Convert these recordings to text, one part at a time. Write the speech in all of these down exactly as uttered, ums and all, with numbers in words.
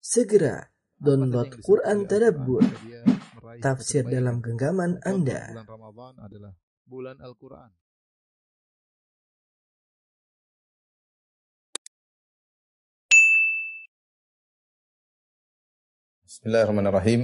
Segera download Quran Tadabbur, tafsir dalam genggaman Anda. Bulan Ramadan adalah bulan Al-Quran. Bismillahirrahmanirrahim.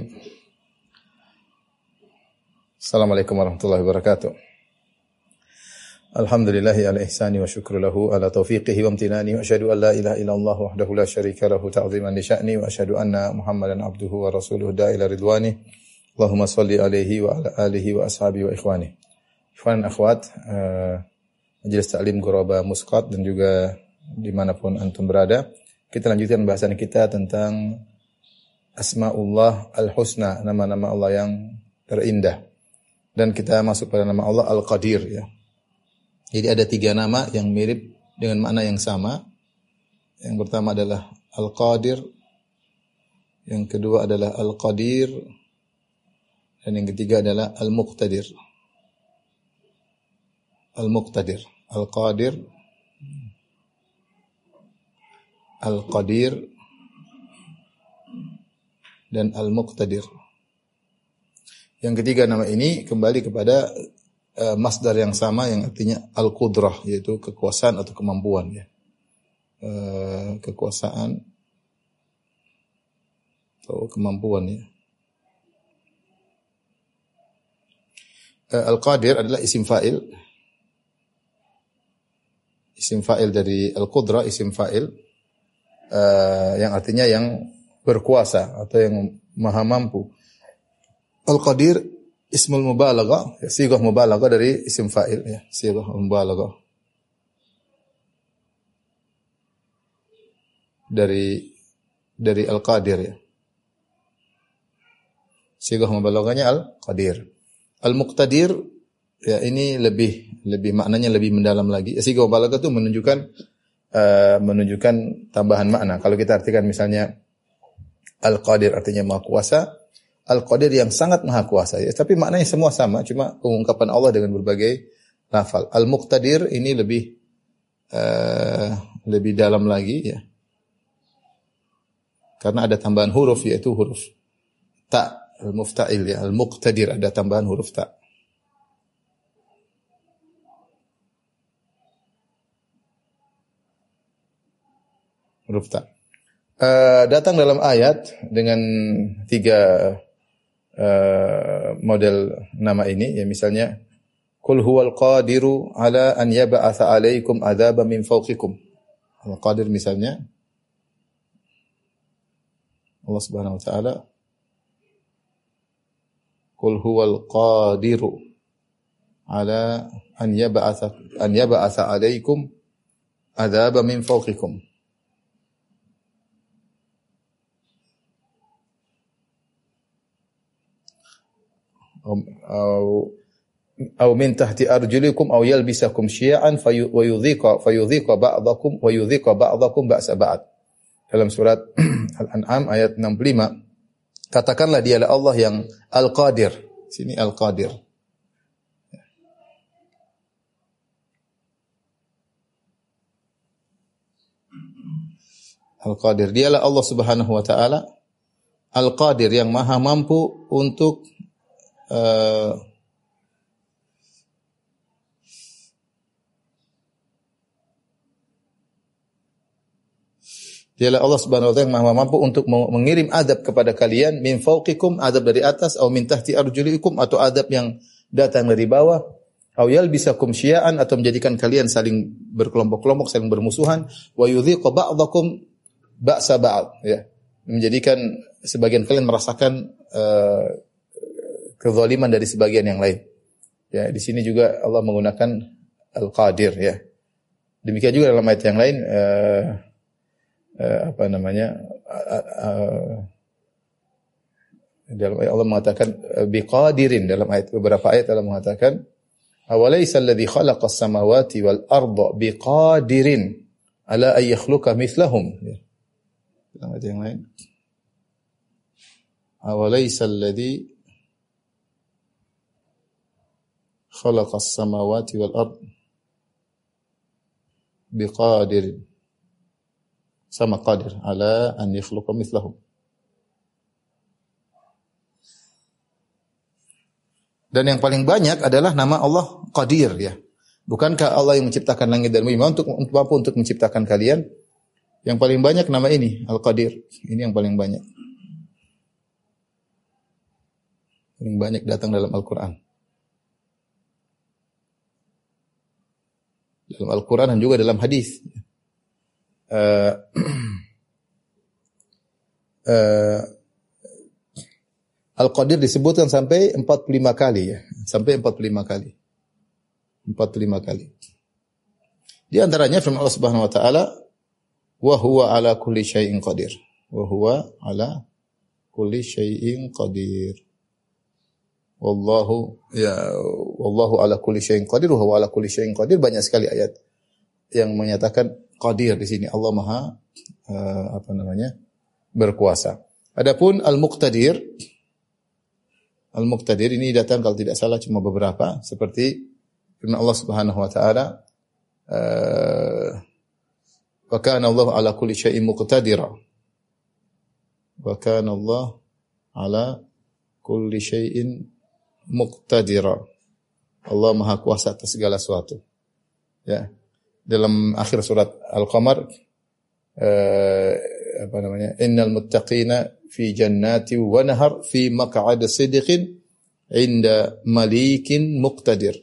Assalamualaikum warahmatullahi wabarakatuh. Alhamdulillahi ala ihsani wa syukru lahu ala taufiqihi wa amtinani wa asyhadu an la ilaha illallah wahdahu la syarika lahu ta'ziman li sya'ni wa asyhadu anna Muhammadan abduhu wa rasuluhu da'ila ridwani. Allahumma salli alaihi wa ala alihi wa ashabihi wa ikhwani. Ikhwan dan akhwat, uh, Majelis Ta'lim Ghuraba Musqat dan juga dimanapun antum berada, kita lanjutkan bahasan kita tentang Asma'ullah Al-Husna, nama-nama Allah yang terindah. Dan kita masuk pada nama Allah Al-Qadir, ya. Jadi ada tiga nama yang mirip dengan makna yang sama. Yang pertama adalah Al-Qadir, yang kedua adalah Al-Qadir, dan yang ketiga adalah Al-Muqtadir. Al-Muqtadir, Al-Qadir, Al-Qadir, dan Al-Muqtadir. Yang ketiga nama ini kembali kepada uh, masdar yang sama yang artinya Al-Qudrah, yaitu kekuasaan atau kemampuan, ya. Uh, kekuasaan atau kemampuan, ya. Uh, Al-Qadir adalah isim fa'il. Isim fa'il dari Al-Qudrah, isim fa'il uh, yang artinya yang berkuasa atau yang maha mampu. Al-Qadir ismul mubalaghah, ya, sighah mubalaghah dari isim fa'il, ya, sighah mubalaghah. Dari dari Al-Qadir, ya. Sighah mubalaghahnya Al-Qadir. Al-Muqtadir, ya, ini lebih lebih maknanya lebih mendalam lagi. Sighah mubalaghah itu menunjukkan uh, menunjukkan tambahan makna. Kalau kita artikan misalnya Al-Qadir artinya maha kuasa, Al-Qadir yang sangat maha kuasa, ya. Tapi maknanya semua sama, cuma pengungkapan Allah dengan berbagai lafal. Al-Muqtadir ini lebih uh, lebih dalam lagi, ya. Karena ada tambahan huruf, yaitu huruf ta, al-mufta'il, ya. Al-Muqtadir ada tambahan huruf ta. Huruf ta. Uh, datang dalam ayat dengan tiga uh, model nama ini, ya, misalnya Qul huwal qadiru ala an yab'atsa 'alaikum 'adzaban min fawqikum. Al-Qadir misalnya Allah Subhanahu wa taala Qul huwal qadiru ala an yab'atsa an yab'atsa 'alaikum 'adzaban min fawqikum. Au au min tahti arjulikum au yalbisakum syi'an wa yudhiqa fayudhiqa ba'dakum wa yudhiqa ba'dakum ba'sa ba'd. Dalam surat Al-An'am ayat enam puluh lima, katakanlah dialah Allah yang Al-Qadir. Sini Al-Qadir. Al-Qadir, dialah Allah Subhanahu wa taala Al-Qadir yang maha mampu untuk Uh, dialah Allah Subhanahu wa taala yang maha mampu untuk mengirim adab kepada kalian min fawqikum, adab dari atas, atau min tahti arjulikum, atau adab yang datang dari bawah, atau yalbisakum syi'an, atau menjadikan kalian saling berkelompok-kelompok, saling bermusuhan, wa yudhiqa ba'dakum ba'sa ba'd, ya, menjadikan sebagian kalian merasakan uh, kezaliman dari sebagian yang lain. Ya, di sini juga Allah menggunakan Al-Qadir, ya. Demikian juga dalam ayat yang lain, uh, uh, apa namanya? Uh, uh, dalam ayat Allah mengatakan uh, biqadirin, dalam ayat beberapa ayat Allah mengatakan awalaysa alladhi khalaqas samawati wal arda biqadirin ala ay yakhluqa mithlahum. Ya. Dalam ayat yang lain awalaysa alladhi khalaqas samawati wal ard biqadir, sama qadir ala an yakhluqa mithlahum. Dan yang paling banyak adalah nama Allah Qadir ya. Bukankah Allah yang menciptakan langit dan bumi untuk mampu untuk menciptakan kalian? Yang paling banyak nama ini Al-Qadir. Ini yang paling banyak. Paling banyak datang dalam Al-Qur'an. Dalam Al-Qur'an dan juga dalam hadis. Uh, uh, Al-Qadir disebutkan sampai empat puluh lima kali ya, sampai empat puluh lima kali. empat puluh lima kali. Di antaranya firman Allah Subhanahu wa taala, "Wa huwa ala kulli syai'in qadir." Wa huwa ala kulli syai'in qadir. Wallahu ya wallahu ala kulli syai'in qadir wa huwa ala kulli syai'in qadir. Banyak sekali ayat yang menyatakan qadir di sini. Allah Maha uh, apa namanya? berkuasa. Adapun al-muqtadir Al-Muqtadir ini datang kalau tidak salah cuma beberapa seperti firman Allah Subhanahu wa taala wa kana Allah ala kulli syai'in muqtadira wa kana Allah ala kulli syai'in muqtadira. Allah Maha kuasa atas segala sesuatu. Ya. Dalam akhir surat Al-Qamar uh, apa namanya? Innal muttaqina fi jannati wa nahar fi maq'adi sidqin 'inda malikin muqtadir.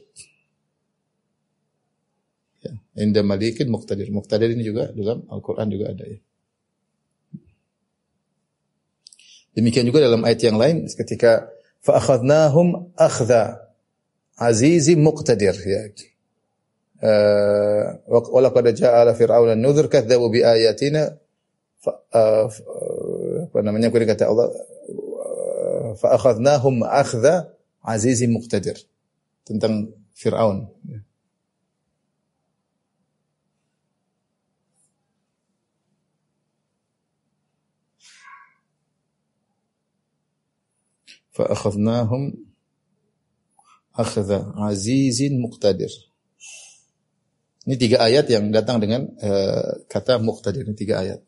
Ya, 'inda malikin muqtadir. Muqtadir ini juga dalam Al-Qur'an juga ada ya. Demikian juga dalam ayat yang lain ketika fa akhadnahum akhdha azizim muqtadir ya. Uh, wa laqad ja'a ala fir'auna an-nudhur kadzdzabu bi ayatina fa, uh, apa namanya kemudian kata Allah fa akhadnahum akhdha azizim muqtadir tentang Firaun. Fa akhadnahum akhdha azizin muqtadir. Ini tiga ayat yang datang dengan uh, kata muqtadir, ini tiga ayat.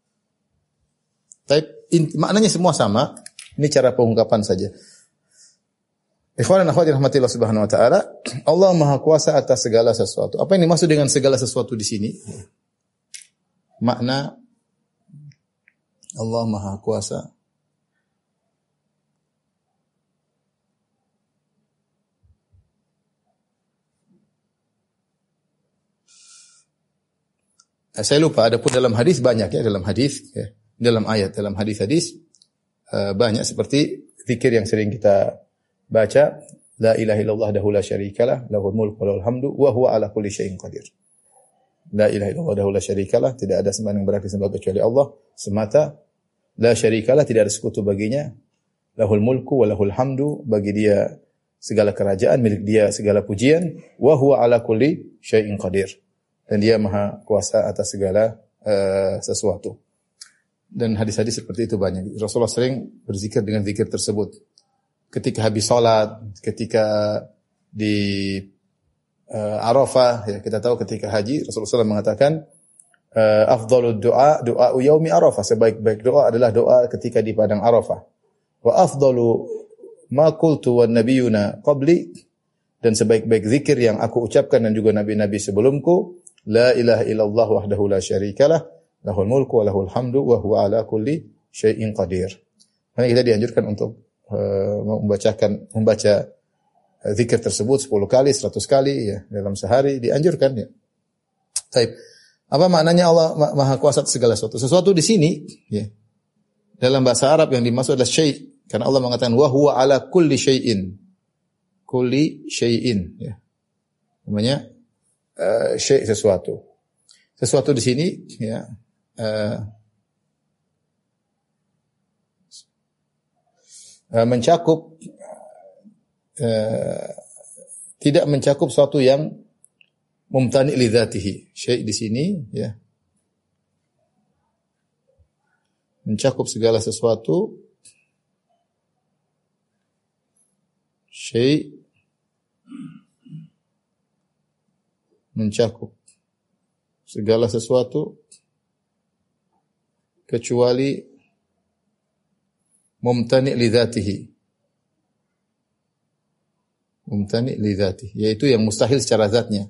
Tapi maknanya semua sama. Ini cara pengungkapan saja. Ikhwan dan akhwat rahmatillah subhanahu wa ta'ala, Allah Maha Kuasa atas segala sesuatu. Apa yang dimaksud dengan segala sesuatu di sini? Makna Allah Maha Kuasa saya lupa, ada pun dalam hadis banyak ya, dalam hadis ya, dalam ayat, dalam hadis-hadis uh, banyak seperti zikir yang sering kita baca, la ilaha illallah dahu la syarikalah, lahul mulku wa lahul hamdu wa huwa ala kulli syai'in qadir. La ilaha illallah dahu la syarikalah, tidak ada sembahan yang berhak disembah kecuali Allah semata. La syarikalah, tidak ada sekutu baginya. Lahul mulku wa lahul hamdu, bagi dia segala kerajaan, milik dia segala pujian. Wa huwa ala kulli syai'in qadir. Dan dia maha kuasa atas segala uh, sesuatu. Dan hadis-hadis seperti itu banyak. Rasulullah sering berzikir dengan zikir tersebut. Ketika habis salat, ketika di uh, Arafah, ya, kita tahu ketika haji, Rasulullah shallallahu alaihi wasallam mengatakan, uh, afdhalud du'a, du'a yaumi Arafah. Sebaik-baik doa adalah doa ketika di padang Arafah. Wa afdalu ma qultu wan nabiyuna qabli, dan sebaik-baik zikir yang aku ucapkan dan juga nabi-nabi sebelumku, la ilaha illallah wahdahu la syarikalah, lahul mulku wa lahul hamdu wa huwa ala kulli syai'in qadir. Makanya kita dianjurkan untuk uh, membacakan membaca uh, zikir tersebut sepuluh kali, seratus kali ya dalam sehari, dianjurkan ya. Baik. Apa maknanya Allah Maha Kuasa segala sesuatu? Sesuatu di sini ya. Dalam bahasa Arab yang dimaksud adalah syai', karena Allah mengatakan wa huwa ala kulli syai'in. Kulli syai'in ya. Namanya Uh, syai' sesuatu. Sesuatu di sini ya uh, uh, mencakup uh, tidak mencakup sesuatu yang mumtani' li dzatihi. Syai' di sini ya mencakup segala sesuatu. Syai' mencakup segala sesuatu kecuali mumtani' li dzatihi. Mumtani' li dzatihi, yaitu yang mustahil secara zatnya.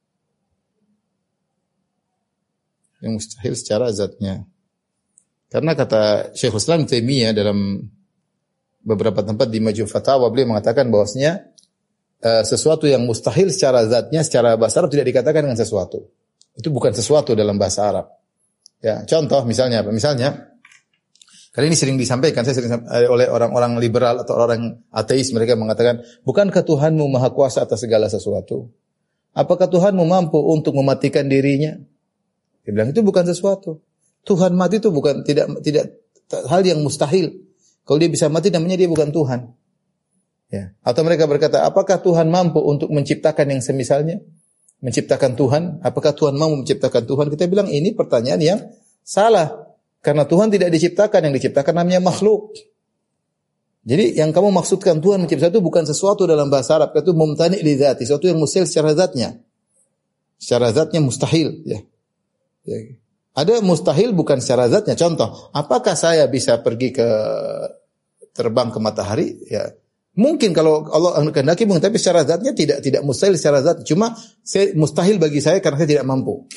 Yang mustahil secara zatnya. Karena kata Syekhul Islam Taimiyah dalam beberapa tempat di Majmu' Fatawa, beliau mengatakan bahwasanya uh, sesuatu yang mustahil secara zatnya, secara bahasa Arab tidak dikatakan dengan sesuatu. Itu bukan sesuatu dalam bahasa Arab. Ya, contoh misalnya apa? Misalnya kali ini sering disampaikan, saya sering oleh orang-orang liberal atau orang ateis, mereka mengatakan, bukankah Tuhanmu maha kuasa atas segala sesuatu? Apakah Tuhanmu mampu untuk mematikan dirinya? Dia bilang itu bukan sesuatu. Tuhan mati itu bukan tidak tidak hal yang mustahil. Kalau dia bisa mati namanya dia bukan Tuhan. Ya. Atau mereka berkata, apakah Tuhan mampu untuk menciptakan yang semisalnya? Menciptakan Tuhan? Apakah Tuhan mampu menciptakan Tuhan? Kita bilang ini pertanyaan yang salah. Karena Tuhan tidak diciptakan, yang diciptakan namanya makhluk. Jadi yang kamu maksudkan Tuhan menciptakan itu bukan sesuatu dalam bahasa Arab, itu mumtani' li dzati, sesuatu yang mustahil secara zatnya. Secara zatnya mustahil, ya. Ya. Ada mustahil bukan secara zatnya. Contoh, apakah saya bisa pergi ke terbang ke matahari? Ya, mungkin kalau Allah kehendaki mungkin, tapi secara zatnya tidak tidak mustahil secara zat. Cuma saya, mustahil bagi saya karena saya tidak mampu.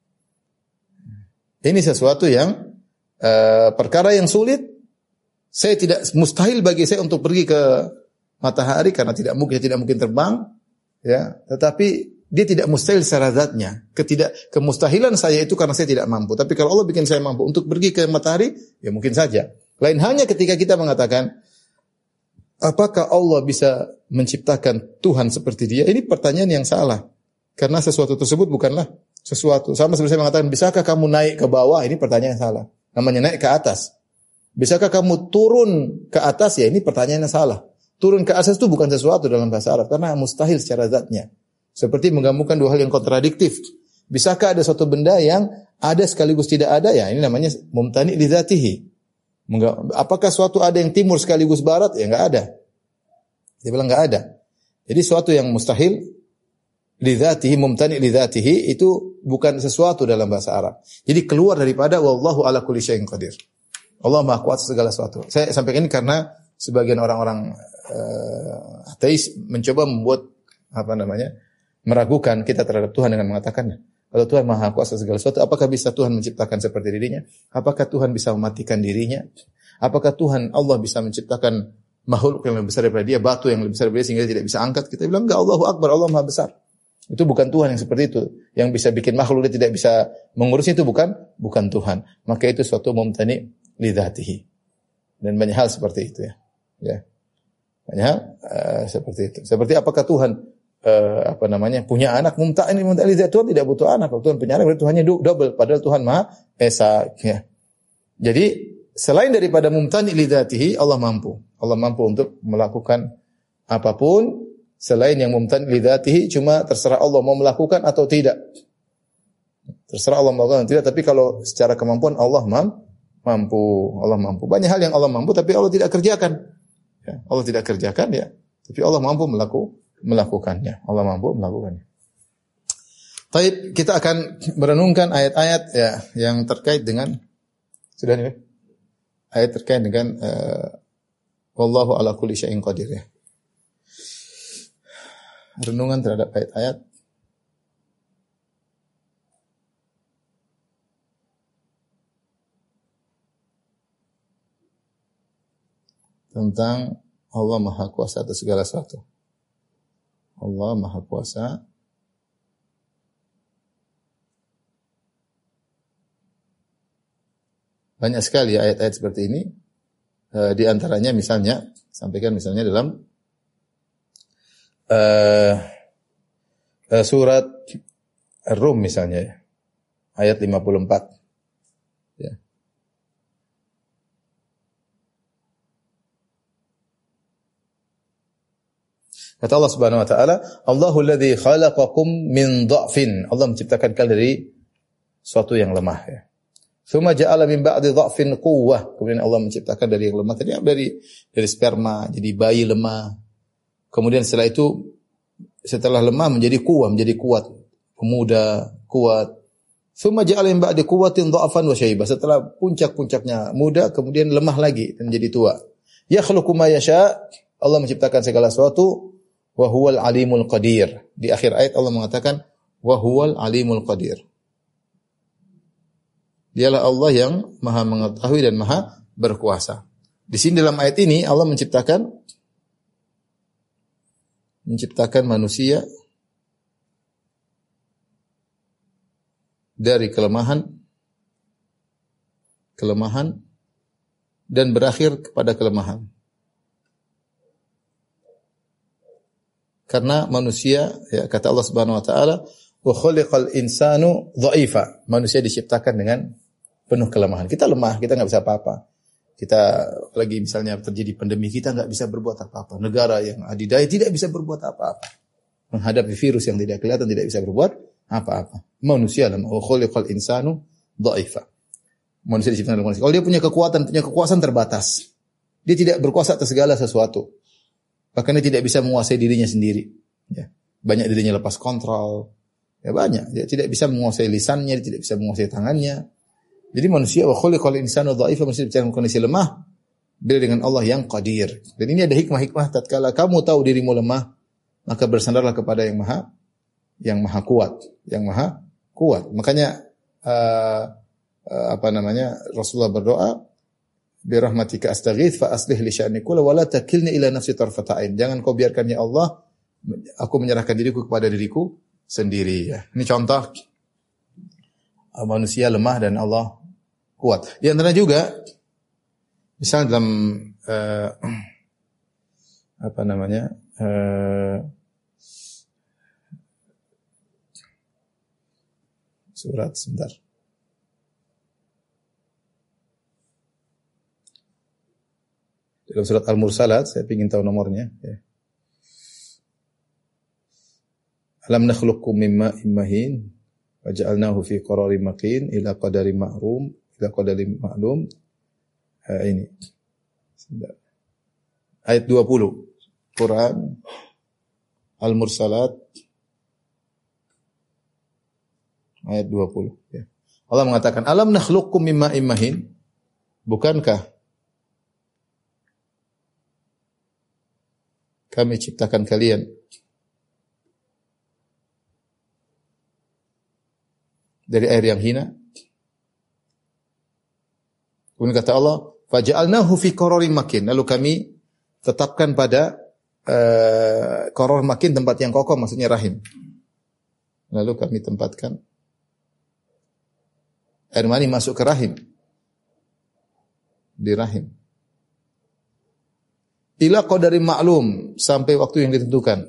Ini sesuatu yang uh, perkara yang sulit. Saya tidak mustahil bagi saya untuk pergi ke matahari karena tidak mungkin tidak mungkin terbang. Ya, tetapi dia tidak mustahil secara zatnya. Ketidak kemustahilan saya itu karena saya tidak mampu. Tapi kalau Allah bikin saya mampu untuk pergi ke matahari, ya mungkin saja. Lain halnya ketika kita mengatakan, apakah Allah bisa menciptakan Tuhan seperti dia? Ini pertanyaan yang salah. Karena sesuatu tersebut bukanlah sesuatu. Sama seperti saya mengatakan, bisakah kamu naik ke bawah? Ini pertanyaan yang salah. Namanya naik ke atas. Bisakah kamu turun ke atas? Ya ini pertanyaan yang salah. Turun ke atas itu bukan sesuatu dalam bahasa Arab. Karena mustahil secara zatnya. Seperti menggabungkan dua hal yang kontradiktif. Bisakah ada suatu benda yang ada sekaligus tidak ada? Ya, ini namanya mumtani' li dzatihi. Apakah suatu ada yang timur sekaligus barat? Ya, enggak ada. Dia bilang enggak ada. Jadi suatu yang mustahil li dzatihi, mumtani' li dzatihi itu bukan sesuatu dalam bahasa Arab. Jadi keluar daripada wallahu ala kulli syai'in qadir. Allah Maha Kuasa segala sesuatu. Saya sampaikan ini karena sebagian orang-orang uh, ateis mencoba membuat apa namanya? meragukan kita terhadap Tuhan dengan mengatakan, kalau Tuhan Maha Kuasa segala sesuatu, apakah bisa Tuhan menciptakan seperti dirinya? Apakah Tuhan bisa mematikan dirinya? Apakah Tuhan Allah bisa menciptakan makhluk yang lebih besar daripada dia, batu yang lebih besar daripada dia sehingga dia tidak bisa angkat? Kita bilang enggak, Allahu Akbar, Allah Maha besar. Itu bukan Tuhan yang seperti itu, yang bisa bikin makhluk dia tidak bisa mengurusnya, itu bukan bukan Tuhan. Maka itu suatu mumtani' li dzatihi. Dan banyak hal seperti itu ya. Ya. Banyak hal uh, seperti itu. Seperti apakah Tuhan Uh, apa namanya punya anak? Mumta ini mumta li dzati, Tuhan tidak butuh anak. Kalau Tuhan punya anak berarti Tuhannya double, padahal Tuhan Maha Esa ya. Jadi selain daripada mumtani li dzatihi, Allah mampu. Allah mampu untuk melakukan apapun selain yang mumtani li dzatihi, cuma terserah Allah mau melakukan atau tidak. Terserah Allah mau melakukan atau tidak, tapi kalau secara kemampuan Allah mampu. Allah mampu. Banyak hal yang Allah mampu tapi Allah tidak kerjakan. Ya, Allah tidak kerjakan ya, tapi Allah mampu melakukan melakukannya. Allah mampu melakukannya. Baik, kita akan merenungkan ayat-ayat ya yang terkait dengan sudah nih ayat terkait dengan uh, wallahu ala kulli syai'in qadir ya. Renungan terhadap ayat-ayat tentang Allah Maha Kuasa atas segala sesuatu. Allah Maha Kuasa banyak sekali ayat-ayat seperti ini. E, di antaranya misalnya sampaikan misalnya dalam e, e, surat Ar-Rum misalnya ayat lima puluh empat ya. Kata Allah Subhanahu wa taala, Allahul ladzi khalaqakum min dha'fin. Allah menciptakan kalian dari suatu yang lemah ya. Tsumma ja'ala min ba'di dha'fin quwwah. Kemudian Allah menciptakan dari yang lemah tadi dari dari sperma jadi bayi lemah. Kemudian setelah itu setelah lemah menjadi kuat, menjadi kuat, pemuda, kuat. Tsumma ja'ala min ba'di quwwatin dha'fan wa syaibah. Setelah puncak-puncaknya muda kemudian lemah lagi dan menjadi tua. Yakhluqu ma yasha. Allah menciptakan segala sesuatu. wa huwal alimul qadir. Di akhir ayat Allah mengatakan wa huwal alimul qadir. Dialah Allah yang Maha mengetahui dan Maha berkuasa. Di sini dalam ayat ini Allah menciptakan menciptakan manusia dari kelemahan kelemahan dan berakhir kepada kelemahan. Karena manusia, ya kata Allah Subhanahu wa taala, wa khuliqal insanu dha'ifa. Manusia diciptakan dengan penuh kelemahan. Kita lemah, kita enggak bisa apa-apa. Kita lagi misalnya terjadi pandemi, kita enggak bisa berbuat apa-apa. Negara yang adidaya tidak bisa berbuat apa-apa. Menghadapi virus yang tidak kelihatan tidak bisa berbuat apa-apa. Manusia lemah. Wa khuliqal insanu dha'ifa. Manusia diciptakan oleh manusia. Kalau dia punya kekuatan, punya kekuasaan terbatas. Dia tidak berkuasa atas segala sesuatu. Bahkan dia tidak bisa menguasai dirinya sendiri. Ya. Banyak dirinya lepas kontrol. Ya banyak. Dia tidak bisa menguasai lisannya, dia tidak bisa menguasai tangannya. Jadi manusia wa khuliqal insanu dha'ifa, manusia dalam kondisi lemah, beda dengan Allah yang qadir. Dan ini ada hikmah-hikmah tatkala kamu tahu dirimu lemah, maka bersandarlah kepada yang maha yang maha kuat, yang maha kuat. Makanya uh, uh, apa namanya? Rasulullah berdoa, bi rahmatika astaghits fa aslih li sya'ni kulli wa la takilni ila nafsi tarfata ain. Jangan kau biarkan ya Allah aku menyerahkan diriku kepada diriku sendiri ya. Ini contoh manusia lemah dan Allah kuat. Di antara juga misalnya dalam uh, apa namanya? Uh, surat sebentar. Dalam surat Al-Mursalat, saya ingin tahu nomornya. Ya. Alam nakhluqkum min ma'in mahin wa ja'alnahu fi qararin makin ila qadarin ma'lum ila qadarin ma'lum. Ha, ini. Sebentar. Ayat dua puluh. Quran Al-Mursalat ayat dua puluh. Ya. Allah mengatakan, alam nakhluqkum min ma'in mahin? Bukankah kami ciptakan kalian dari air yang hina? Kemudian kata Allah, faja'alnahu fi qararin makin. Lalu kami tetapkan pada uh, qaror makin, tempat yang kokoh, maksudnya rahim. Lalu kami tempatkan air mani masuk ke rahim. Di rahim. Ila qadarin ma'lum, sampai waktu yang ditentukan.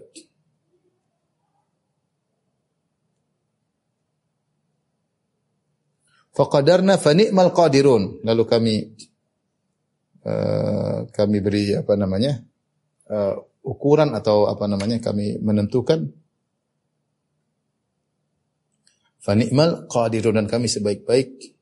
Faqadarna fa ni'mal qadirun. Lalu kami uh, kami beri apa namanya? Uh, ukuran atau apa namanya? Kami menentukan fa ni'mal qadirun, dan kami sebaik-baik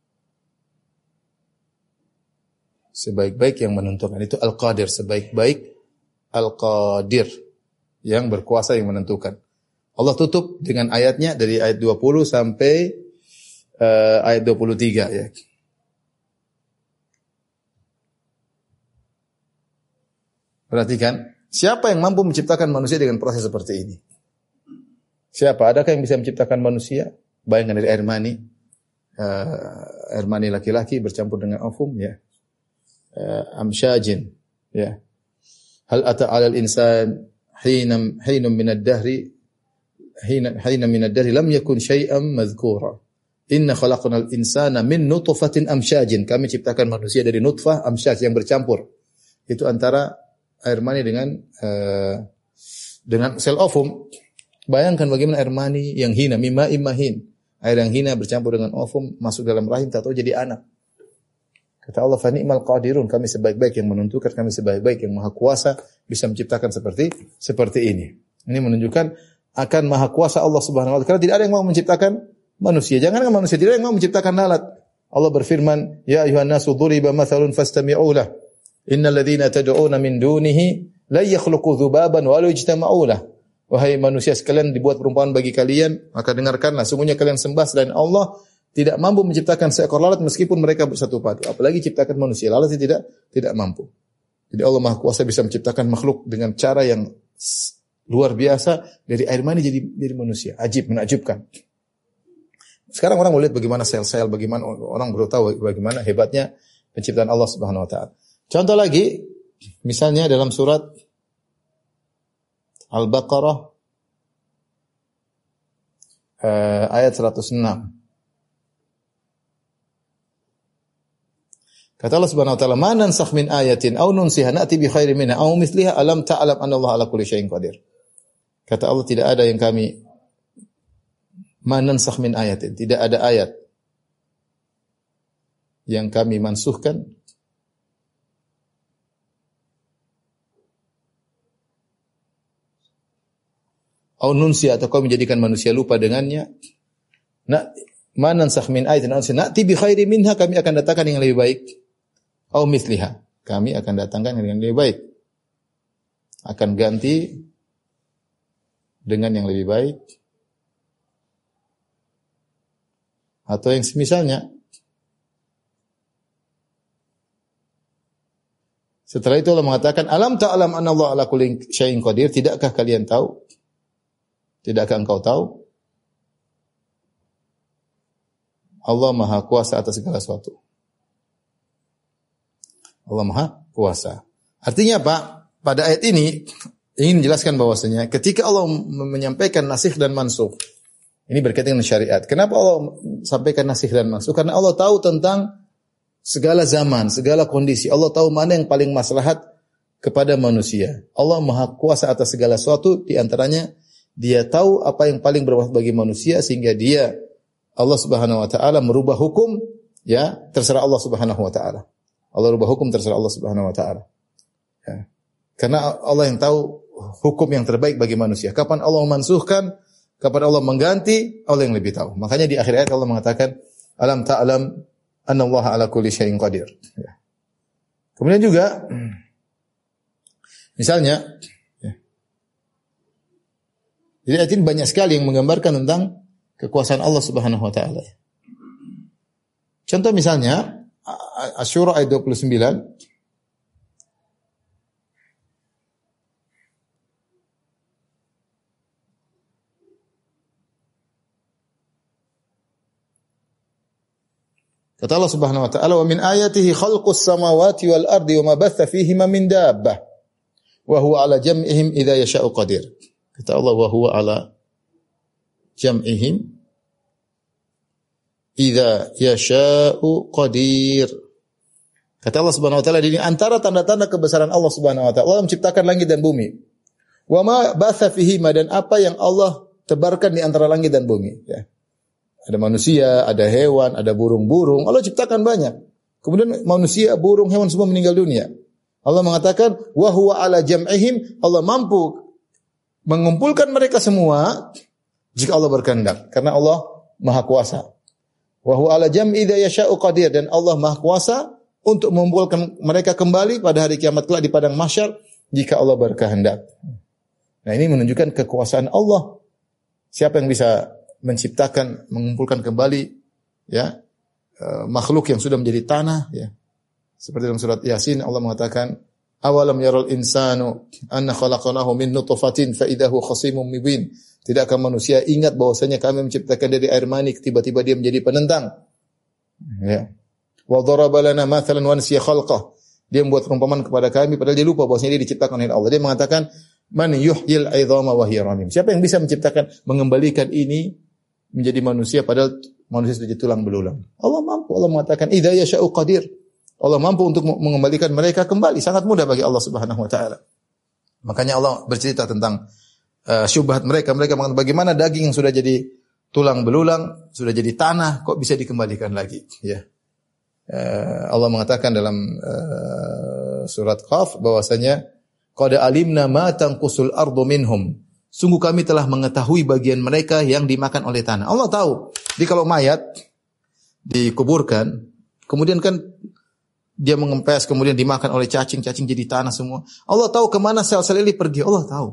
sebaik-baik yang menentukan. Itu Al-Qadir, sebaik-baik Al-Qadir, yang berkuasa, yang menentukan. Allah tutup dengan ayatnya dari ayat dua puluh sampai uh, ayat dua puluh tiga ya. Perhatikan, siapa yang mampu menciptakan manusia dengan proses seperti ini? Siapa? Adakah yang bisa menciptakan manusia? Bayangkan dari air mani, uh, air mani laki-laki bercampur dengan ovum ya. Uh, amsyajin ya. Hal ata 'alal insan hina hina min ad-dahri hina hina min ad-dahri lam yakun syai'an madhkura. Inna khalaqnal insana min nutfatin amsyajin. Kami ciptakan manusia dari nutfah amsyaj yang bercampur. Itu antara air mani dengan uh, dengan sel ovum. Bayangkan bagaimana air mani yang hina, mimma imahin. Air yang hina bercampur dengan ovum masuk dalam rahim, tak tahu jadi anak. Kata Allah, fa ni'mal qadirun, kami sebaik-baik yang menentukan, kami sebaik-baik yang maha kuasa bisa menciptakan seperti seperti ini. Ini menunjukkan akan maha kuasa Allah Subhanahu wa taala. Karena tidak ada yang mau menciptakan manusia. Jangankan manusia, tidak ada yang mau menciptakan lalat. Allah berfirman, ya ayuhan nasu duriba mathalun fastami'u lah. Innal ladzina tad'una min dunihi la yakhluqu dzubaban wa la yajtama'u lah. Wahai manusia sekalian, dibuat perumpamaan bagi kalian, maka dengarkanlah, sungguhnya kalian sembah selain Allah tidak mampu menciptakan seekor lalat meskipun mereka bersatu padu. Apalagi ciptakan manusia, lalat tidak tidak mampu. Jadi Allah Maha Kuasa bisa menciptakan makhluk dengan cara yang luar biasa dari air mani jadi jadi manusia. Ajib, menakjubkan. Sekarang orang melihat bagaimana sel-sel, bagaimana orang baru tahu bagaimana hebatnya penciptaan Allah Subhanahu wa taala. Contoh lagi, misalnya dalam surat Al-Baqarah uh, ayat seratus enam. Kata Allah Subhanahu wa taala, "Ma nansakh min ayatin aw nunsiha na'ti bi khairin minha aw mithliha alam ta'lam anna Allah 'ala kulli syai'in qadir." Kata Allah, tidak ada yang kami ma nansakh min ayatin, tidak ada ayat yang kami mansuhkan au nunsi atau kau menjadikan manusia lupa dengannya. Nak ma nansakh min ayatin aw nunsiha na'ti bi khairin minha, kami akan datangkan yang lebih baik. Au mithliha, kami akan datangkan yang lebih baik. Akan ganti dengan yang lebih baik. Atau yang semisalnya. Setelah itu Allah mengatakan, "Alam ta'lam anna Allah 'ala kulli syai'in qadir?" Tidakkah kalian tahu? Tidakkah engkau tahu? Allah Maha Kuasa atas segala sesuatu. Allah Maha Kuasa. Artinya apa? Pada ayat ini ingin menjelaskan bahwasanya ketika Allah menyampaikan nasikh dan mansukh, ini berkaitan dengan syariat. Kenapa Allah sampaikan nasikh dan mansukh? Karena Allah tahu tentang segala zaman, segala kondisi. Allah tahu mana yang paling maslahat kepada manusia. Allah Maha Kuasa atas segala sesuatu, di antaranya Dia tahu apa yang paling bermanfaat bagi manusia, sehingga Dia, Allah Subhanahu wa taala, merubah hukum, ya, terserah Allah Subhanahu wa taala. Allah rubah hukum terserah Allah Subhanahu wa taala. Ya. Karena Allah yang tahu hukum yang terbaik bagi manusia. Kapan Allah memansuhkan, kapan Allah mengganti, Allah yang lebih tahu. Makanya di akhir ayat Allah mengatakan, "Alam ta'lam anna Allah 'ala kulli syai'in qadir." Ya. Kemudian juga misalnya, ya. Jadi ayat ini banyak sekali yang menggambarkan tentang kekuasaan Allah Subhanahu wa taala. Contoh misalnya Asy-Syura ayat dua puluh sembilan. Kata Allah Subhanahu wa taala, "Wa min ayatihi khalqus samawati wal ardi wa ma batha fihima min dabbah wa huwa 'ala jam'ihim idza yasha'u qadir." Kata Allah, "Wa huwa 'ala jam'ihim idza yasha'u qadir." Kata Allah Subhanahu wa taala, ini antara tanda-tanda kebesaran Allah Subhanahu wa taala. Allah menciptakan langit dan bumi. Wa ma batha fihima, dan apa yang Allah tebarkan di antara langit dan bumi, ya. Ada manusia, ada hewan, ada burung-burung. Allah ciptakan banyak. Kemudian manusia, burung, hewan semua meninggal dunia. Allah mengatakan, wa huwa 'ala jam'ihim, Allah mampu mengumpulkan mereka semua jika Allah berkehendak, karena Allah Maha Kuasa. Wa huwa 'ala jam'i idza yasha'u qadir, dan Allah Maha Kuasa untuk mengumpulkan mereka kembali pada hari kiamat kelak di padang mahsyar jika Allah berkehendak. Nah, ini menunjukkan kekuasaan Allah. Siapa yang bisa menciptakan, mengumpulkan kembali, ya, makhluk yang sudah menjadi tanah, ya. Seperti dalam surat Yasin Allah mengatakan, "Awalam yaral insanu anna khalaqnahu min nutfatin fa idza huwa khasimun mubin." Tidakkah manusia ingat bahwasanya kami menciptakan dari air mani, tiba-tiba dia menjadi penentang. Ya. Wa daraba lana mathalan wa nasiya khalqah. Dia membuat perumpamaan kepada kami padahal dia lupa bahwasanya dia diciptakan oleh Allah. Dia mengatakan, "Man yuhyil 'idhama wa hiya ramim." Siapa yang bisa menciptakan, mengembalikan ini menjadi manusia padahal manusia sudah jadi tulang belulang? Allah mampu. Allah mengatakan, "Idza yasha'u qadir." Allah mampu untuk mengembalikan mereka kembali. Sangat mudah bagi Allah Subhanahu wa taala. Makanya Allah bercerita tentang uh, syubhat mereka. Mereka mengatakan, bagaimana daging yang sudah jadi tulang belulang, sudah jadi tanah, kok bisa dikembalikan lagi, ya. Uh, Allah mengatakan dalam uh, surat Qaf bahwasanya qad alimna ma tanqusul ardu minhum. Sungguh kami telah mengetahui bagian mereka yang dimakan oleh tanah. Allah tahu. Jadi kalau mayat dikuburkan, kemudian kan dia mengempes, kemudian dimakan oleh cacing, cacing jadi tanah semua. Allah tahu kemana sel-sel ini pergi. Allah tahu.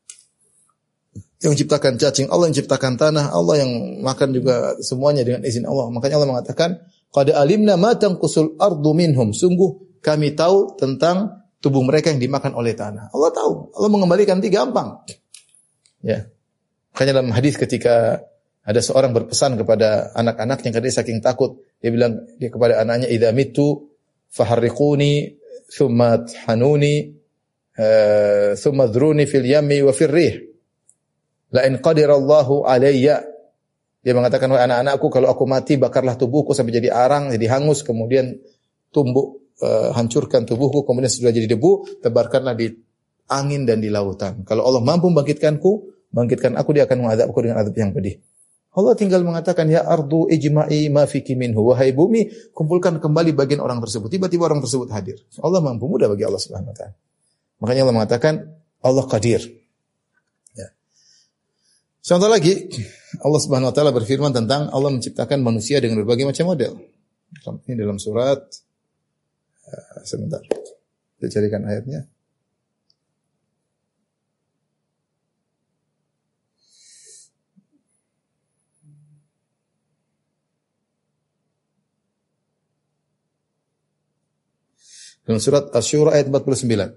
Yang menciptakan cacing, Allah yang menciptakan tanah, Allah yang makan juga semuanya dengan izin Allah. Makanya Allah mengatakan, qad alimna ma tanqusul ardu minhum. Sungguh kami tahu tentang tubuh mereka yang dimakan oleh tanah. Allah tahu. Allah mengembalikan itu gampang. Ya. Makanya dalam hadis ketika ada seorang berpesan kepada anak-anaknya karena dia saking takut, dia bilang dia kepada anaknya, "Idza mitu faharriquni thumma thanuni uh, thumma dhruni fil yammi wa fil rih. La in qadirallahu alayya." Dia mengatakan, "Wahai anak-anakku, kalau aku mati bakarlah tubuhku sampai jadi arang, jadi hangus, kemudian tumbuk, uh, hancurkan tubuhku, kemudian sudah jadi debu, tebarkanlah di angin dan di lautan. Kalau Allah mampu membangkitkanku, bangkitkan aku, dia akan mengadabku dengan adab yang pedih." Allah tinggal mengatakan, "Ya ardu ijma'i ma fiki minhu." Wahai bumi, kumpulkan kembali bagian orang tersebut. Tiba-tiba orang tersebut hadir. Allah mampu, mudah bagi Allah Subhanahu wa taala. Makanya Allah mengatakan Allah Qadir. Ya. Contoh lagi, Allah Subhanahu wa taala berfirman tentang Allah menciptakan manusia dengan berbagai macam model. Ini dalam surat uh, sebentar. Kita carikan ayatnya. Dalam surat Asy-Syura ayat empat puluh sembilan.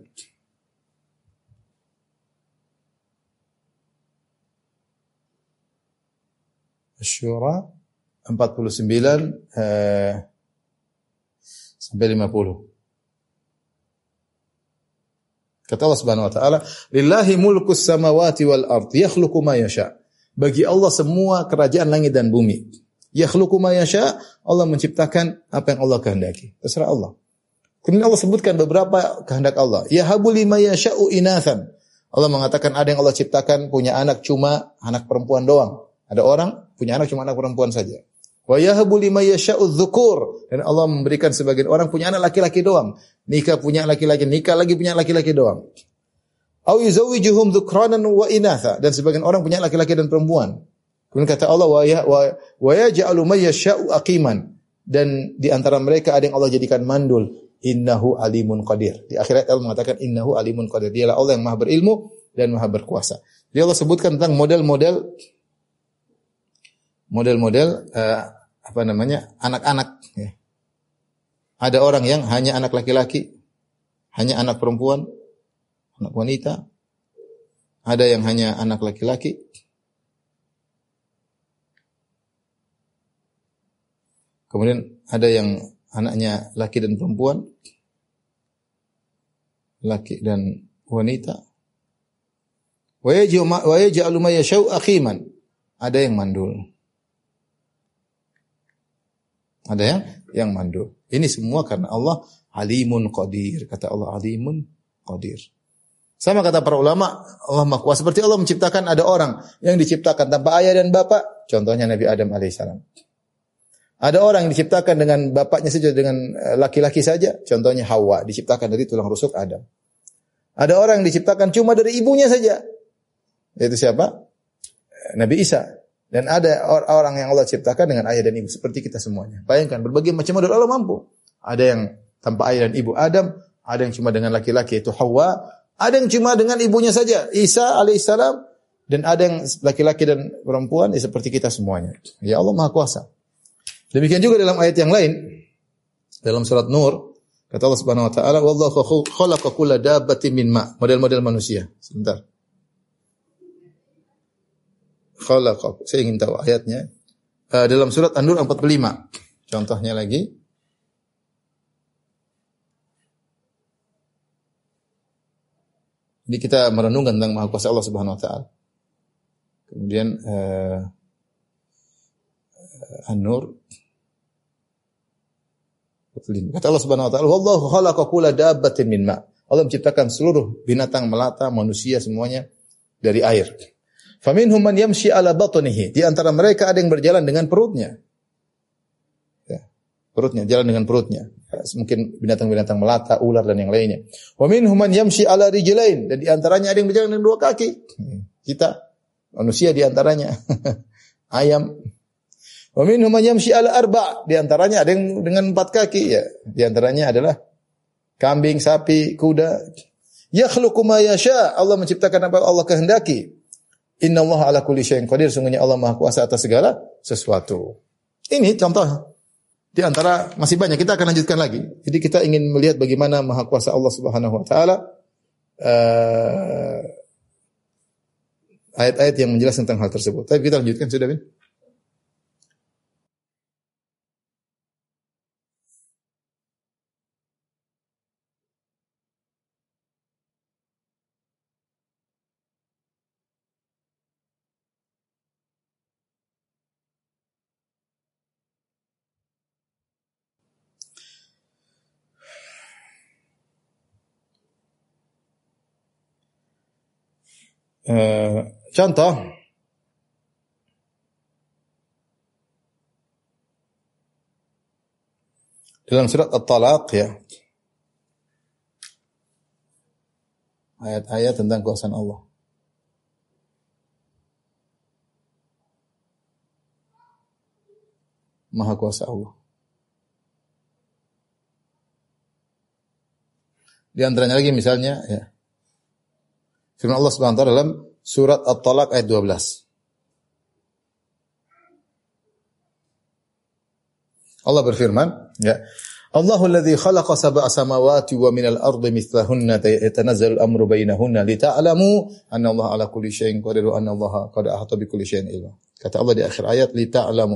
Asy-Syura empat puluh sembilan eh, sampai lima puluh. Kata Allah Subhanahu wa taala, "Lillahi mulkus samawati wal ard, yakhluqu ma yasha." Bagi Allah semua kerajaan langit dan bumi. Yakhluqu ma yasha, Allah menciptakan apa yang Allah kehendaki. Terserah Allah. Kemudian Allah sebutkan beberapa kehendak Allah. Yahabu liman yasha'u inathan. Allah mengatakan ada yang Allah ciptakan punya anak cuma anak perempuan doang. Ada orang punya anak cuma anak perempuan saja. Wa yahabu liman yasha'u dzukur. Dan Allah memberikan sebagian orang punya anak laki-laki doang. Nikah punya laki-laki, nikah lagi punya laki-laki doang. Au yuzawwijuhum dzukranan wa inatha. Dan sebagian orang punya laki-laki dan perempuan. Kemudian kata Allah wa ya wa yaj'alu may yasha'u aqiman. Dan di antara mereka ada yang Allah jadikan mandul. Innahu alimun qadir. Di akhirat Allah mengatakan innahu alimun qadir. Dialah Allah yang Maha berilmu dan Maha berkuasa. Dia Allah sebutkan tentang model-model model-model uh, apa namanya? anak-anak ya. Ada orang yang hanya anak laki-laki, hanya anak perempuan, anak wanita. Ada yang hanya anak laki-laki. Kemudian ada yang anaknya laki dan perempuan, laki dan wanita. Wa yaj'alu ma yasha'u aqiman. Ada yang mandul. Ada yang yang mandul. Ini semua karena Allah Alimun Qadir. Kata Allah Alimun Qadir. Sama kata para ulama, Allah Maha Kuasa. Seperti Allah menciptakan ada orang yang diciptakan tanpa ayah dan bapak. Contohnya Nabi Adam alaihissalam. Ada orang yang diciptakan dengan bapaknya saja, dengan laki-laki saja. Contohnya Hawa, diciptakan dari tulang rusuk Adam. Ada orang yang diciptakan cuma dari ibunya saja. Yaitu siapa? Nabi Isa. Dan ada orang yang Allah ciptakan dengan ayah dan ibu. Seperti kita semuanya. Bayangkan, berbagai macam model Allah mampu. Ada yang tanpa ayah dan ibu Adam. Ada yang cuma dengan laki-laki, yaitu Hawa. Ada yang cuma dengan ibunya saja, Isa alaihissalam. Dan ada yang laki-laki dan perempuan, ya seperti kita semuanya. Ya Allah Maha Kuasa. Demikian juga dalam ayat yang lain, dalam surat Nur, kata Allah Subhanahu wa taala, "Wallahu khalaqa kulla dabbatin min ma." Model-model manusia. Sebentar. Khalaqa, saya ingin tahu ayatnya. Uh, dalam surat An-Nur empat puluh lima. Contohnya lagi. Jadi kita merenungkan tentang Maha Kuasa Allah Subhanahu wa taala. Kemudian uh, An-Nur kata Allah Subhanahu wa taala, "Wallahu khalaqa kulla dabbatin min ma." Allah menciptakan seluruh binatang melata, manusia semuanya dari air. Faminhum man yamshi ala batnihi. Di antara mereka ada yang berjalan dengan perutnya. Ya, perutnya, jalan dengan perutnya. Mungkin binatang-binatang melata, ular dan yang lainnya. Wa minhum man yamshi ala rijlain. Dan di antaranya ada yang berjalan dengan dua kaki. Kita manusia di antaranya. Ayam. Wa minhum man yamshi ala arba'. Di antaranya ada yang dengan empat kaki ya. Di antaranya adalah kambing, sapi, kuda. Yakhluqu ma yasha. Allah menciptakan apa Allah kehendaki. Innallaha ala kulli syai'in qadir. Sungguhnya Allah Maha Kuasa atas segala sesuatu. Ini contoh. Di antara masih banyak, kita akan lanjutkan lagi. Jadi kita ingin melihat bagaimana Maha Kuasa Allah Subhanahu wa taala uh, ayat-ayat yang menjelaskan tentang hal tersebut. Tapi kita lanjutkan sudah, Bin? Uh, contoh dalam surat At-Talaq ya, ayat-ayat tentang kuasa Allah. Maha kuasa Allah. Di antaranya lagi misalnya ya, firman Allah Subhanahu wa taala dalam surat At-Talaq ayat dua belas. Allah berfirman, ya. Allahu alladhi khalaqa sab'a samawati wa minal ardi mithlahunna yatanazzalu al-amru bainahunna lita'lamu anna Allah ala kulli syai'in qadir wa anna Allah qad ahata bi kulli syai'in ilma. Kata Allah di akhir ayat, lita'lamu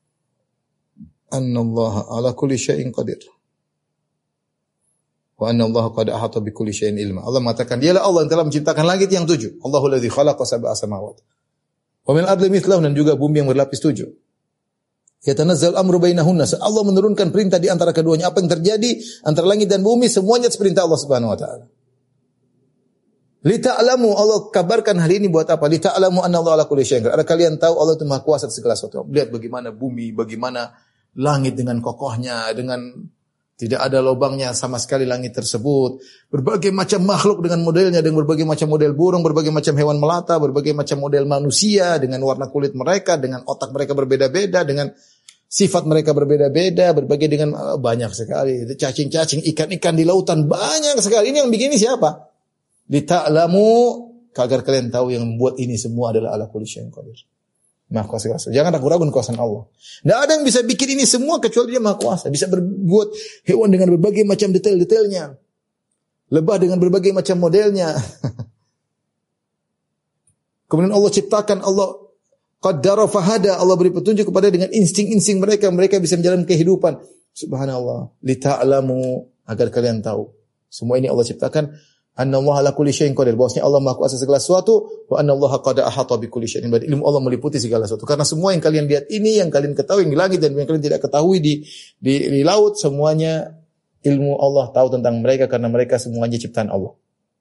anna Allah ala kulli syai'in qadir wa anna Allah qad ahata bi kulli syai'in ilma. Allah mengatakan dialah Allah yang telah menciptakan langit yang tujuh. Allahu alladzi khalaqa sab'a samawati wa min al-ardi mithlahunna, dan juga bumi yang berlapis tujuh. Yatanazzal amru bainahunna, Allah menurunkan perintah di antara keduanya. Apa yang terjadi antara langit dan bumi semuanya seperintah Allah Subhanahu wa taala. Li ta'lamu, Allah kabarkan hal ini buat apa? Li ta'lamu anna Allah ala kulli syai'in qadir. Agar kalian tahu Allah itu Maha kuasa atas segala sesuatu. Lihat bagaimana bumi, bagaimana langit dengan kokohnya, dengan tidak ada lubangnya sama sekali langit tersebut. Berbagai macam makhluk dengan modelnya, dengan berbagai macam model burung, berbagai macam hewan melata, berbagai macam model manusia, dengan warna kulit mereka, dengan otak mereka berbeda-beda, dengan sifat mereka berbeda-beda, berbagai dengan banyak sekali. Cacing-cacing, ikan-ikan di lautan, banyak sekali. Ini yang bikin ini siapa? Lita'lamu, agar kalian tahu yang membuat ini semua adalah ala kulli syai'in qadir. Maha kuasa. Jangan ragu-ragu kuasa Allah. Tidak ada yang bisa bikin ini semua kecuali Dia Maha kuasa. Bisa berbuat hewan dengan berbagai macam detail-detailnya. Lebah dengan berbagai macam modelnya. Kemudian Allah ciptakan, Allah qaddara fahada, Allah beri petunjuk kepada dengan insting-insting mereka, mereka bisa menjalani kehidupan. Subhanallah. Lita'lamu, agar kalian tahu. Semua ini Allah ciptakan. Anna Allah ala kulli syai'in qadir, bahwasanya Allah Maha kuasa segala sesuatu, wa anna Allah qad ahata bi kulli syai'in, ilmu Allah meliputi segala sesuatu. Karena semua yang kalian lihat ini, yang kalian ketahui yang di langit dan yang kalian tidak ketahui di di, di laut, semuanya ilmu Allah tahu tentang mereka, karena mereka semuanya ciptaan Allah.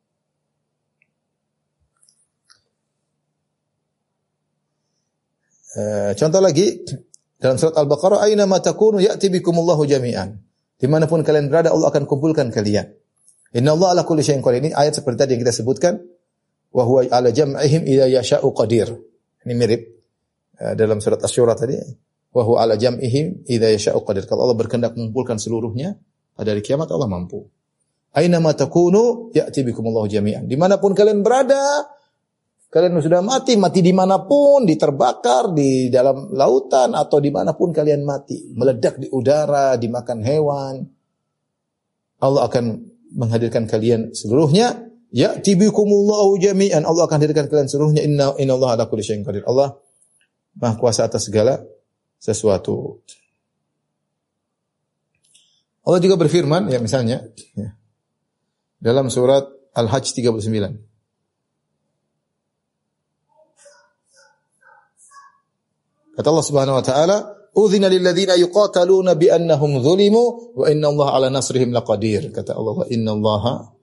Uh, contoh lagi dalam surat Al-Baqarah, aina ma takunu ya'ti bikumullahu jami'an. Dimanapun kalian berada, Allah akan kumpulkan kalian. Inna Allah ala kulli syai'in qadir. Ini ayat seperti tadi yang kita sebutkan. Wa huwa ala jam'ihim idza yasha'u qadir. Ini mirip uh, dalam surat Asy-Syura tadi. Wa huwa ala jam'ihim idza yasha'u qadir. Kalau Allah berkehendak mengumpulkan seluruhnya pada hari kiamat, Allah mampu. Aina ma takunu ya'ti bikumullahu jami'an. Dimanapun kalian berada, kalian sudah mati, mati dimanapun, diterbakar, di dalam lautan, atau dimanapun kalian mati. Meledak di udara, dimakan hewan. Allah akan menghadirkan kalian seluruhnya. Ya'ti bikumullahu jami'an. Allah akan hadirkan kalian seluruhnya. Inna innallaha ala kulli syai'in qadir. Allah Maha kuasa atas segala sesuatu. Allah juga berfirman, ya misalnya, ya, dalam surat Al-Hajj tiga puluh sembilan. Kata Allah Subhanahu wa taala, "Udzina lil ladzina yuqataluna bi annahum zulimu wa inna Allah ala nasrihim laqadir." Kata Allah, "Wa inna Allah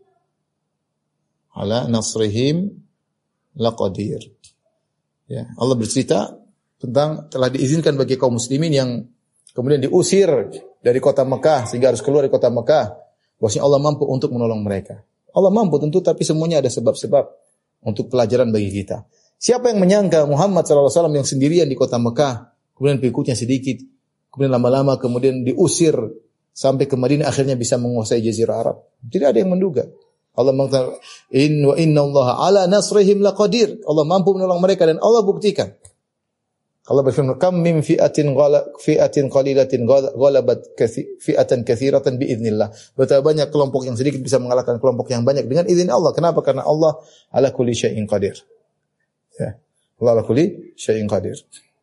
ala nasrihim laqadir." Ya, Allah bercerita tentang telah diizinkan bagi kaum muslimin yang kemudian diusir dari kota Mekah sehingga harus keluar dari kota Mekah, bahwasanya Allah mampu untuk menolong mereka. Allah mampu tentu, tapi semuanya ada sebab-sebab untuk pelajaran bagi kita. Siapa yang menyangka Muhammad shallallahu alaihi wasallam yang sendirian di kota Mekah, kemudian pengikutnya sedikit, kemudian lama-lama kemudian diusir sampai ke Madinah, akhirnya bisa menguasai Jazirah Arab. Tidak ada yang menduga. Allah mengatakan, "In wa inna Allah ala nasrihim laqadir." Allah mampu menolong mereka dan Allah buktikan. Allah berfirman, "Kam min fi'atin ghala fi'atin qalilatin ghalabat fi'atan katsiratan biidznillah." Betapa banyak kelompok yang sedikit bisa mengalahkan kelompok yang banyak dengan izin Allah. Kenapa? Karena Allah ala kulli syai'in qadir. Ya. Allah ala kulli syai'in qadir.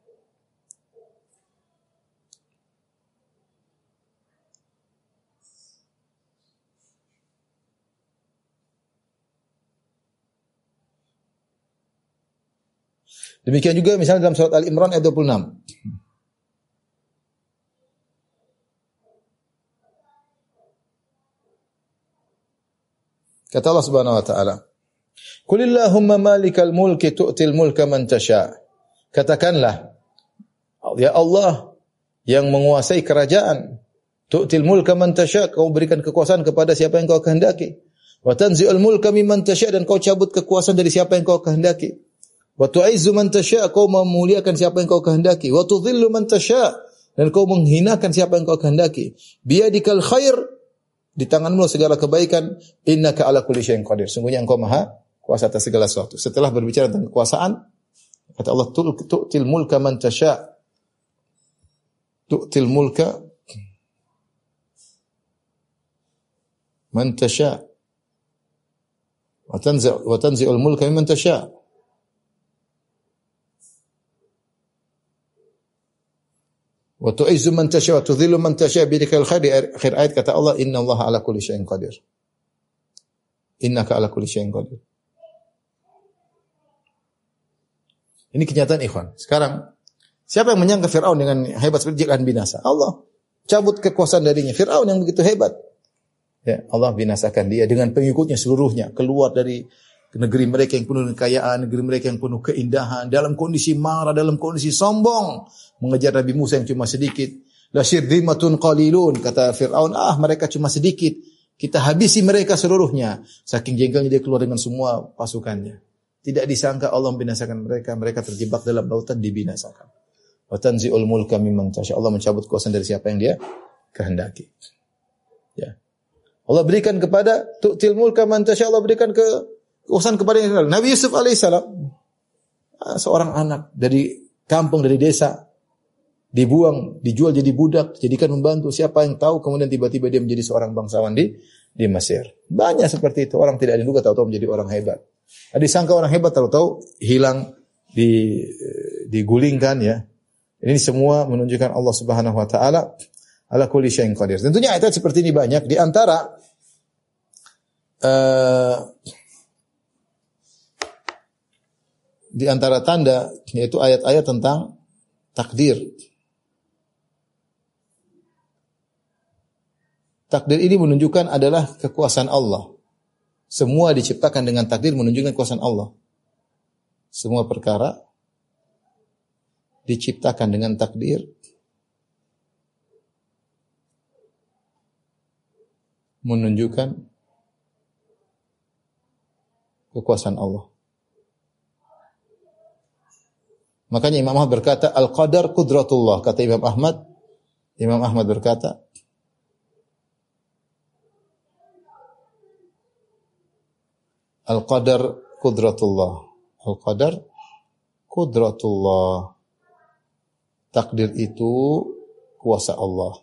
Demikian juga misalnya dalam surat Al-Imran ayat dua puluh enam. Kata Allah Subhanahu wa taala, "Qulillahumma malikal mulki tu'til mulka man tasha." Katakanlah, ya Allah yang menguasai kerajaan, tu'til mulka man tasha, kau berikan kekuasaan kepada siapa yang kau kehendaki. Wa tanzi'ul mulka mimman tasha, dan kau cabut kekuasaan dari siapa yang kau kehendaki. Wa tu'izzu man tasha, kau memuliakan siapa yang kau kehendaki. Wa tudhillu man tasha, dan kau menghinakan siapa yang kau kehendaki. Biyadikal khair, di tanganmu segala kebaikan. Innaka ala kulli syai'in qadir. Sungguhnya engkau maha kuasa atas segala sesuatu. Setelah berbicara tentang kekuasaan, kata Allah, tu'til mulka man tasha. Tu'til mulka man tasha. Wa tanzi' wa tanzi'ul mulka mimman tasha. Wa tu'izzu man tasha wa tudhillu man tasha biyadikal khair. Akhir ayat kata Allah, innallaha ala kulli syai'in qadir. Innaka ala kulli syai'in qadir. Ini kenyataan ikhwan. Sekarang siapa yang menyangka Firaun dengan hebat seperti dia akan binasa? Allah cabut kekuasaan darinya. Firaun yang begitu hebat, ya, Allah binasakan dia dengan pengikutnya seluruhnya, keluar dari negeri mereka yang penuh dengan kekayaan, negeri mereka yang penuh keindahan, dalam kondisi marah, dalam kondisi sombong, mengejar Nabi Musa yang cuma sedikit. La syirzimatun qalilun, kata Firaun, ah mereka cuma sedikit, kita habisi mereka seluruhnya. Saking jengkelnya dia keluar dengan semua pasukannya. Tidak disangka Allah membinasakan mereka, mereka terjebak dalam lautan, dibinasakan. Wa tanzi'ul mulka mimman tasha, Allah mencabut kuasa dari siapa yang dia kehendaki. Ya. Allah berikan kepada tu'til mulka man tasha, Allah berikan ke kekuasaan kepada yang Nabi Yusuf alaihissalam, seorang anak dari kampung, dari desa, dibuang, dijual jadi budak, jadikan membantu, siapa yang tahu kemudian tiba-tiba dia menjadi seorang bangsawan di di Mesir. Banyak seperti itu, orang tidak diduga tahu-tahu menjadi orang hebat. Ada disangka orang hebat tahu-tahu hilang, di digulingkan, ya. Ini semua menunjukkan Allah Subhanahu wa taala ala kulli syai'in qadir. Tentunya ayat seperti ini banyak, di antara uh, di antara tanda yaitu ayat-ayat tentang takdir. Takdir ini menunjukkan adalah kekuasaan Allah. Semua diciptakan dengan takdir, menunjukkan kekuasaan Allah. Semua perkara diciptakan dengan takdir, menunjukkan kekuasaan Allah. Makanya Imam Ahmad berkata, Al-Qadar Qudratullah. Kata Imam Ahmad, Imam Ahmad berkata, Al-Qadar Qudratullah. Al-Qadar Qudratullah. Takdir itu kuasa Allah.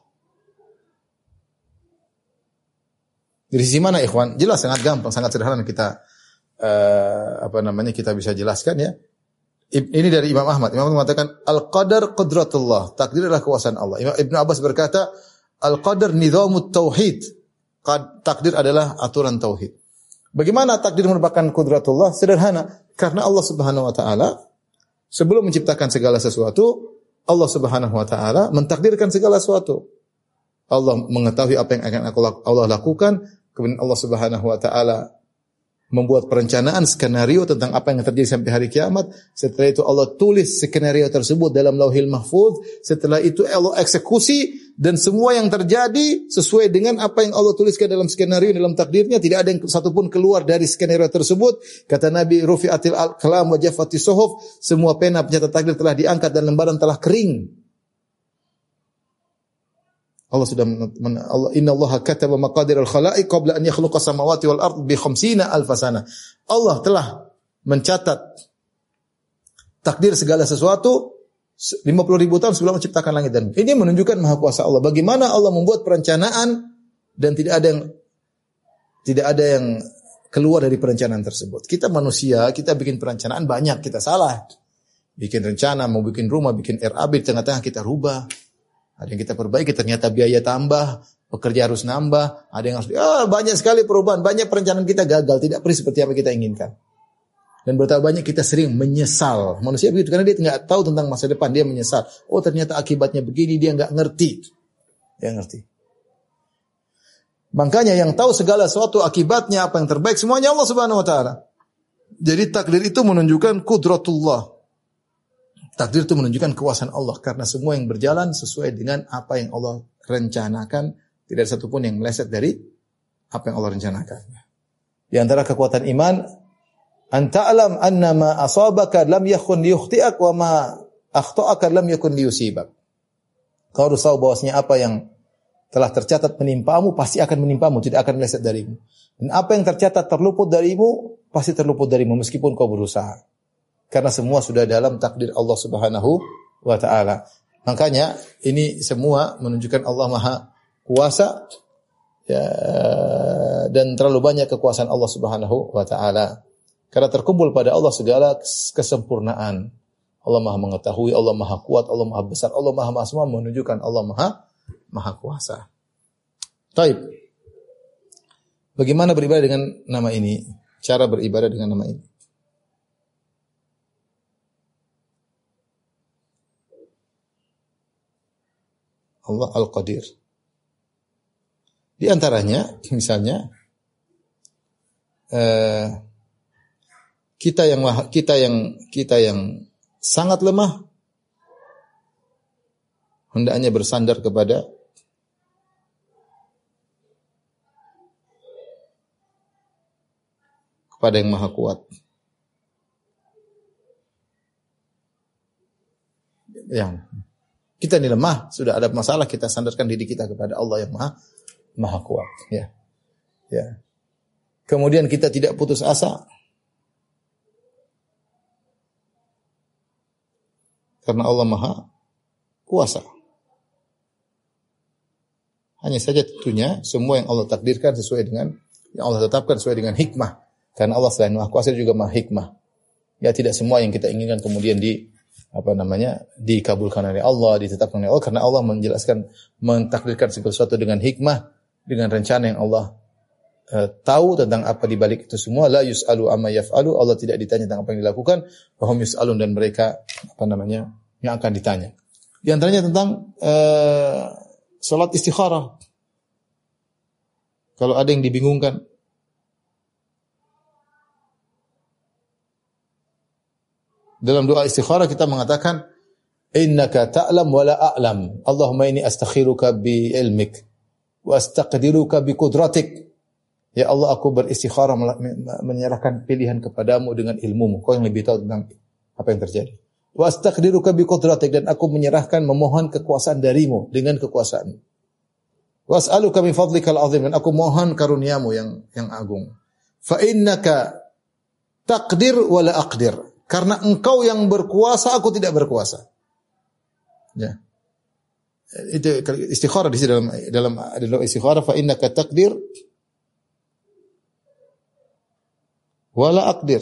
Dari sisi mana, ikhwan? Jelas, sangat gampang, sangat sederhana kita uh, apa namanya kita bisa jelaskan, ya. Ini dari Imam Ahmad. Imam Ahmad mengatakan Al-Qadar Qudratullah. Takdir adalah kekuasaan Allah. Imam Ibn Abbas berkata Al-Qadar nizamut tauhid. Takdir adalah aturan tauhid. Bagaimana takdir merupakan Qudratullah? Sederhana. Karena Allah Subhanahu wa taala sebelum menciptakan segala sesuatu, Allah Subhanahu wa taala mentakdirkan segala sesuatu. Allah mengetahui apa yang akan Allah lakukan, kemudian Allah Subhanahu wa taala membuat perencanaan skenario tentang apa yang terjadi sampai hari kiamat. Setelah itu Allah tulis skenario tersebut dalam Lauhil Mahfuz. Setelah itu Allah eksekusi, dan semua yang terjadi sesuai dengan apa yang Allah tuliskan dalam skenario, dalam takdirnya. Tidak ada yang satupun keluar dari skenario tersebut. Kata Nabi, rufi'atil kalam wa jaffatis suhuf, semua pena pencatat takdir telah diangkat dan lembaran telah kering. Allah sudah Allah innallaha kataba maqadir al-khalaiq qabla an yakhluqa samawati wal ard bi khamsina alf sana. Allah telah mencatat takdir segala sesuatu lima puluh ribu tahun sebelum menciptakan langit dan bumi. Ini menunjukkan maha kuasa Allah. Bagaimana Allah membuat perencanaan dan tidak ada yang tidak ada yang keluar dari perencanaan tersebut. Kita manusia, kita bikin perencanaan banyak, kita salah. Bikin rencana, mau bikin rumah, bikin R A B, di tengah-tengah kita rubah. Ada yang kita perbaiki, ternyata biaya tambah, pekerja harus nambah, ada yang harus, ah, banyak sekali perubahan, banyak perencanaan kita gagal, tidak perih seperti apa kita inginkan. Dan betapa banyak kita sering menyesal. Manusia begitu, karena dia tidak tahu tentang masa depan, dia menyesal. Oh ternyata akibatnya begini, dia nggak ngerti. Dia ngerti. Makanya yang tahu segala sesuatu akibatnya apa yang terbaik, semuanya Allah Subhanahu Wa Taala. Jadi takdir itu menunjukkan kudratullah. Takdir itu menunjukkan kekuasaan Allah karena semua yang berjalan sesuai dengan apa yang Allah rencanakan, tidak ada satupun yang meleset dari apa yang Allah rencanakan. Di antara kekuatan iman, anta'lam anna ma asabaka lam yakun liyukhti'ak wa ma akhta'aka lam yakun liyusibak. Kau harus tahu bahwasanya apa yang telah tercatat menimpamu pasti akan menimpamu, tidak akan meleset darimu. Dan apa yang tercatat terluput darimu pasti terluput darimu meskipun kau berusaha. Karena semua sudah dalam takdir Allah Subhanahu wa Ta'ala. Makanya ini semua menunjukkan Allah Maha Kuasa, ya, dan terlalu banyak kekuasaan Allah Subhanahu wa Ta'ala. Karena terkumpul pada Allah segala kesempurnaan. Allah Maha mengetahui, Allah Maha kuat, Allah Maha besar, Allah Maha Maha semua menunjukkan Allah Maha Maha Kuasa. Taib. Bagaimana beribadah dengan nama ini? Cara beribadah dengan nama ini. Allah Al-Qadir. Di antaranya, misalnya, eh, kita yang kita yang kita yang sangat lemah, hendaknya bersandar kepada kepada yang Maha Kuat. Yang kita ini lemah, sudah ada masalah, kita sandarkan diri kita kepada Allah yang Maha Maha Kuat, ya. Ya. Kemudian kita tidak putus asa. Karena Allah Maha Kuasa. Hanya saja tentunya semua yang Allah takdirkan sesuai dengan yang Allah tetapkan sesuai dengan hikmah. Karena Allah selain Maha Kuasa juga Maha Hikmah. Ya, tidak semua yang kita inginkan kemudian di apa namanya dikabulkan oleh Allah, ditetapkan oleh Allah, karena Allah menjelaskan, mentakdirkan segala sesuatu dengan hikmah, dengan rencana yang Allah uh, tahu tentang apa di balik itu semua. La yus'alu amma yaf'alu, Allah tidak ditanya tentang apa yang dilakukan, wa hum yus'alun, dan mereka apa namanya yang akan ditanya. Di antaranya tentang uh, salat istikharah. Kalau ada yang dibingungkan, dalam doa istikharah kita mengatakan, innaka ta'lam wa la a'lam. Allahumma inni astakhiruka bi ilmik wa astaqdiruka bi qudratik. Ya Allah, aku beristikharah menyerahkan pilihan kepadamu dengan ilmumu. Kau yang lebih tahu tentang apa yang terjadi. Wa astaqdiruka bi qudratik, dan aku menyerahkan memohon kekuasaan darimu dengan kekuasaanmu. Wa as'aluka min fadlikal azim, dan aku mohon karuniamu yang yang agung. Fa innaka taqdir wa la aqdir. Karena engkau yang berkuasa, aku tidak berkuasa. Ya. Itu istikharah di sini dalam dalam dalam istikharah, fa innaka taqdir wa la aqdir.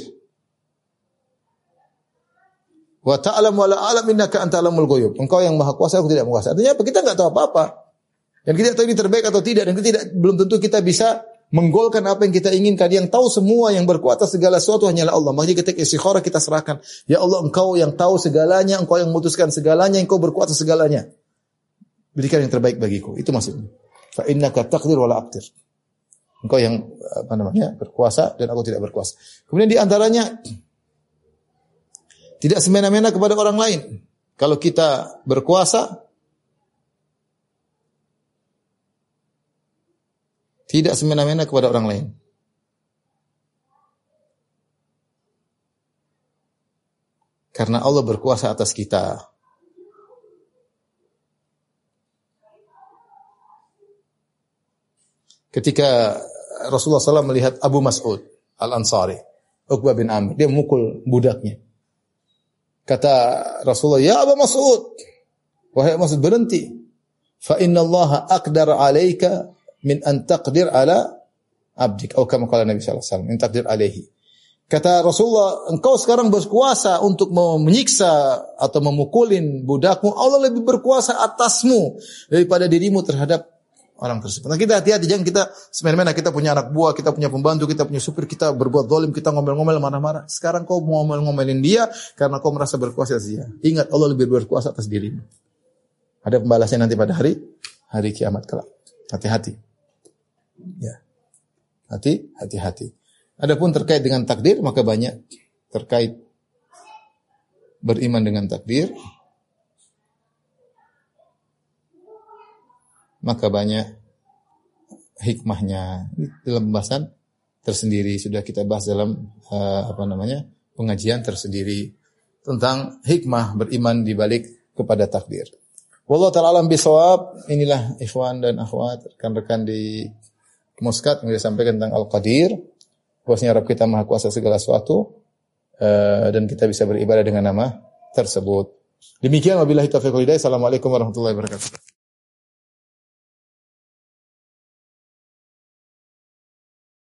Wa ta'lam wa la a'lam innaka anta alamul ghuyub. Engkau yang maha kuasa, aku tidak berkuasa. Artinya apa? Kita enggak tahu apa-apa. Dan kita tahu ini terbaik atau tidak, dan kita tidak, belum tentu kita bisa menggolkan apa yang kita inginkan. Yang tahu semua, yang berkuasa segala sesuatu hanyalah Allah. Makanya ketika istikharah kita serahkan, ya Allah, engkau yang tahu segalanya, engkau yang memutuskan segalanya, engkau berkuasa segalanya. Berikan yang terbaik bagiku. Itu maksudnya. Fa innaka taqdir wa la aqdir. Engkau yang apa namanya berkuasa dan aku tidak berkuasa. Kemudian di antaranya tidak semena-mena kepada orang lain. Kalau kita berkuasa, tidak semena-mena kepada orang lain. Karena Allah berkuasa atas kita. Ketika Rasulullah shallallahu alaihi wasallam melihat Abu Mas'ud Al-Ansari, Uqbah bin Amir, dia memukul budaknya. Kata Rasulullah, ya Abu Mas'ud, wahai Mas'ud, berhenti. Fa inna Allah aqdar alaika min an taqdir ala abdik. Atau kama qala Nabi sallallahu alaihi wasallam, in taqdir alaihi. Kata Rasulullah, engkau sekarang berkuasa untuk menyiksa atau memukulin budakmu, Allah lebih berkuasa atasmu daripada dirimu terhadap orang tersebut. Nah, kita hati-hati, jangan kita semena-mena kita punya anak buah, kita punya pembantu, kita punya supir, kita berbuat zalim, kita ngomel-ngomel, marah-marah. Sekarang kau mau ngomel-ngomelin dia karena kau merasa berkuasa atas dia. Ingat, Allah lebih berkuasa atas dirimu. Ada pembalasan nanti pada hari hari kiamat kelak. Hati-hati. Ya. Hati, hati-hati. Adapun terkait dengan takdir, maka banyak terkait beriman dengan takdir, maka banyak hikmahnya. Dalam pembahasan tersendiri sudah kita bahas dalam uh, apa namanya pengajian tersendiri tentang hikmah beriman di balik kepada takdir. Wallahu ta'ala alam bisawab. Inilah ikhwan dan akhwat, rekan-rekan di Muscat yang disampaikan tentang Al-Qadir. Bahwasanya Rabb kita Maha Kuasa segala sesuatu, uh, dan kita bisa beribadah dengan nama tersebut. Demikian wabillahi taufiq wal hidayah. Assalamualaikum warahmatullahi wabarakatuh.